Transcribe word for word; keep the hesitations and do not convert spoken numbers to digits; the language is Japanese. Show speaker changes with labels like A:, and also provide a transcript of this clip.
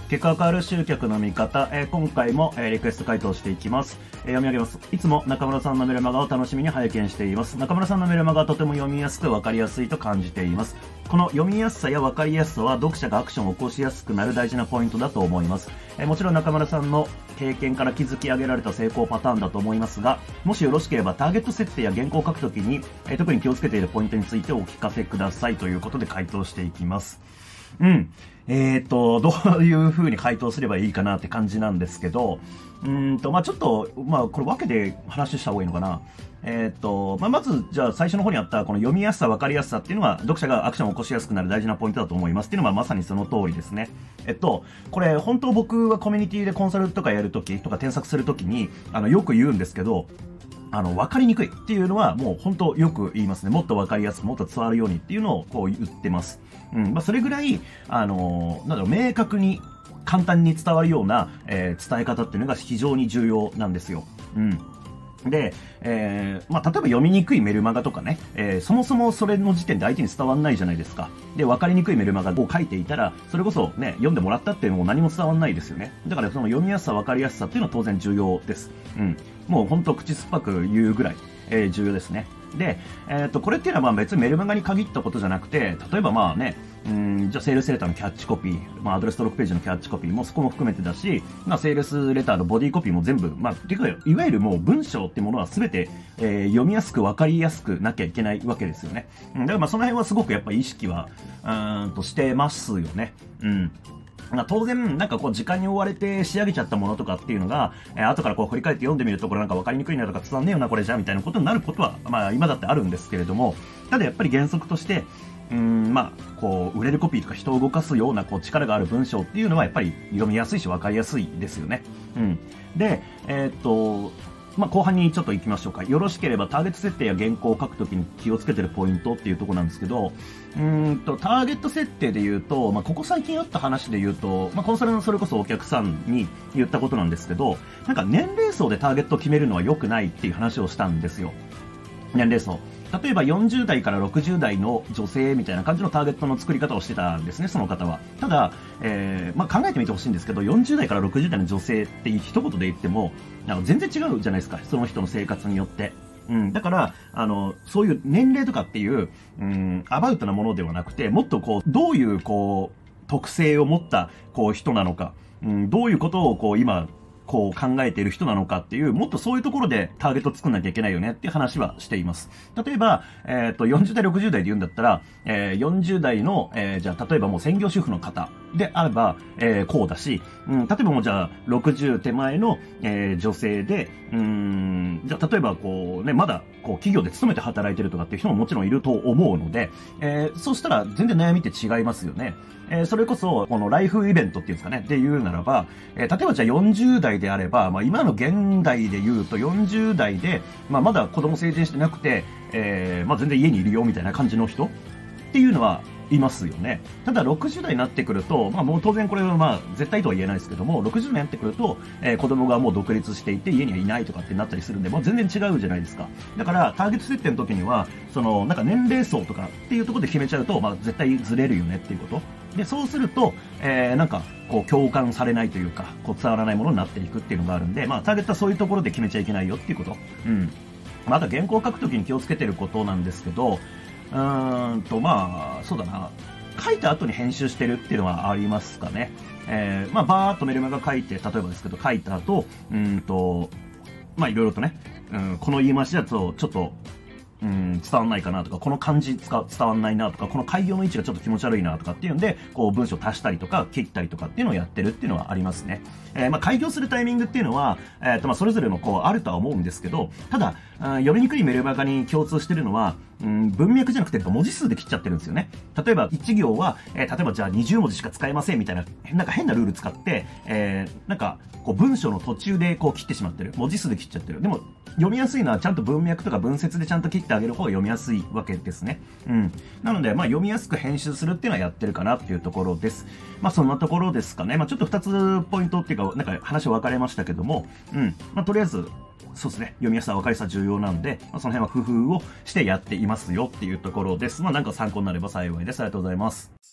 A: 結果が変わる集客の見方、えー、今回も、えー、リクエスト回答していきます、えー。読み上げます。いつも中村さんのメルマガを楽しみに拝見しています。中村さんのメルマガはとても読みやすく分かりやすいと感じています。この読みやすさや分かりやすさは読者がアクションを起こしやすくなる大事なポイントだと思います。えー、もちろん中村さんの経験から築き上げられた成功パターンだと思いますが、もしよろしければターゲット設定や原稿を書くときに、えー、特に気をつけているポイントについてお聞かせくださいということで回答していきます。うん。えーと、どういう風に回答すればいいかなって感じなんですけど、うーんと、まあちょっと、まあこれ分けで話した方がいいのかな。えーと、まあまず、じゃあ最初の方にあったこの読みやすさ、分かりやすさっていうのは、読者がアクションを起こしやすくなる大事なポイントだと思いますっていうのはまさにその通りですね。えっと、これ本当僕はコミュニティでコンサルとかやるときとか添削するときに、あの、よく言うんですけど、あの、分かりにくいっていうのはもう本当よく言いますね。もっと分かりやすく、もっと伝わるようにっていうのをこう言ってます。うん。まあ、それぐらい、あのー、なんだろう、明確に、簡単に伝わるような、えー、伝え方っていうのが非常に重要なんですよ。うん。で、えー、まあ、例えば読みにくいメルマガとかね、えー、そもそもそれの時点で相手に伝わんないじゃないですか。で、分かりにくいメルマガを書いていたら、それこそね、読んでもらったっていうのも何も伝わんないですよね。だからその読みやすさ、分かりやすさっていうのは当然重要です。うん。もうほんと口酸っぱく言うぐらい、えー、重要ですね。で、えっと、これっていうのはまあ別にメルマガに限ったことじゃなくて、例えばまあね、うん、じゃあセールスレターのキャッチコピー、まあアドレス登録ページのキャッチコピーもそこも含めてだし、まあセールスレターのボディコピーも全部、まあ、てか、いわゆるもう文章ってものは全て、えー、読みやすく分かりやすくなきゃいけないわけですよね。うん、だからまあその辺はすごくやっぱ意識は、うーんとしてますよね。うん。まあ、当然、なんかこう時間に追われて仕上げちゃったものとかっていうのが、えー、後からこう振り返って読んでみるとこれなんか分かりにくいなとか伝わんねえよなこれじゃみたいなことになることは、まあ今だってあるんですけれども、ただやっぱり原則として、うーん、まあ、こう、売れるコピーとか人を動かすようなこう力がある文章っていうのはやっぱり読みやすいし分かりやすいですよね。うん。で、えー、っと、まあ、後半にちょっと行きましょうか。よろしければターゲット設定や原稿を書くときに気をつけてるポイントっていうところなんですけど、うーんと、ターゲット設定で言うと、まあ、ここ最近あった話で言うと、まあ、コンサルのそれこそお客さんに言ったことなんですけど、なんか年齢層でターゲットを決めるのは良くないっていう話をしたんですよ。年齢層。例えばよんじゅう代からろくじゅう代の女性みたいな感じのターゲットの作り方をしてたんですね、その方は。ただ、えー、まあ、考えてみてほしいんですけど、よんじゅう代からろくじゅう代の女性って一言で言っても、なんか全然違うじゃないですか、その人の生活によって。うん、だから、あの、そういう年齢とかっていう、うん、アバウトなものではなくて、もっとこう、どういう、こう、特性を持った、こう、人なのか、うん、どういうことを、こう、今、こう考えている人なのかっていう、もっとそういうところでターゲットを作んなきゃいけないよねっていう話はしています。例えば、えっと、よんじゅう代、ろくじゅう代で言うんだったら、えー、よんじゅう代の、えー、じゃあ、例えばもう専業主婦の方であれば、えー、こうだし、うん、例えばもうじゃあ、ろくじゅう手前の、えー、女性で、うーん、じゃあ、例えばこうね、まだ、こう、企業で勤めて働いてるとかっていう人ももちろんいると思うので、えー、そうしたら全然悩みって違いますよね。えー、それこそ、このライフイベントっていうんですかね、で言うならば、えー、例えばじゃあよんじゅう代であれば、まあ今の現代で言うとよんじゅう代で、まあまだ子供成人してなくて、えー、まあ全然家にいるよみたいな感じの人っていうのはいますよね。ただろくじゅう代になってくると、まあもう当然これはまあ絶対とは言えないですけども、ろくじゅう代になってくると、えー、子供がもう独立していて家にはいないとかってなったりするんで、もう全然違うじゃないですか。だからターゲット設定の時には、そのなんか年齢層とかっていうところで決めちゃうと、まあ絶対ずれるよねっていうこと。で、そうすると、えー、なんか、こう、共感されないというか、こう、伝わらないものになっていくっていうのがあるんで、まあ、ターゲットはそういうところで決めちゃいけないよっていうこと。うん。また、原稿を書くときに気をつけてることなんですけど、うーんと、まあ、そうだな。書いた後に編集してるっていうのはありますかね。えー、まあ、バーっとメルマガ書いて、例えばですけど、書いた後、うんと、まあ、いろいろとね、うん、この言い回しだと、ちょっと、うん、伝わんないかなとか、この漢字伝わんないなとか、この開業の位置がちょっと気持ち悪いなとかっていうんで、こう文章足したりとか切ったりとかっていうのをやってるっていうのはありますね。えー、まあ開業するタイミングっていうのは、えっとまあそれぞれのこうあるとは思うんですけど、ただ、読みにくいメルマガに共通してるのは、うん、文脈じゃなくて文字数で切っちゃってるんですよね。例えばいち行は、えー、例えばじゃあにじゅう文字しか使えませんみたいな、なんか変なルール使って、えー、なんかこう文章の途中でこう切ってしまってる。文字数で切っちゃってる。でも読みやすいのはちゃんと文脈とか文節でちゃんと切ってあげる方が読みやすいわけですね。うん。なので、まあ読みやすく編集するっていうのはやってるかなっていうところです。まあそんなところですかね。まあちょっとふたつポイントっていうか、なんか話分かれましたけども、うん。まあとりあえず、そうですね。読みやすさ、分かりやすさ重要なんで、まあ、その辺は工夫をしてやっていますよっていうところです。まあなんか参考になれば幸いです。ありがとうございます。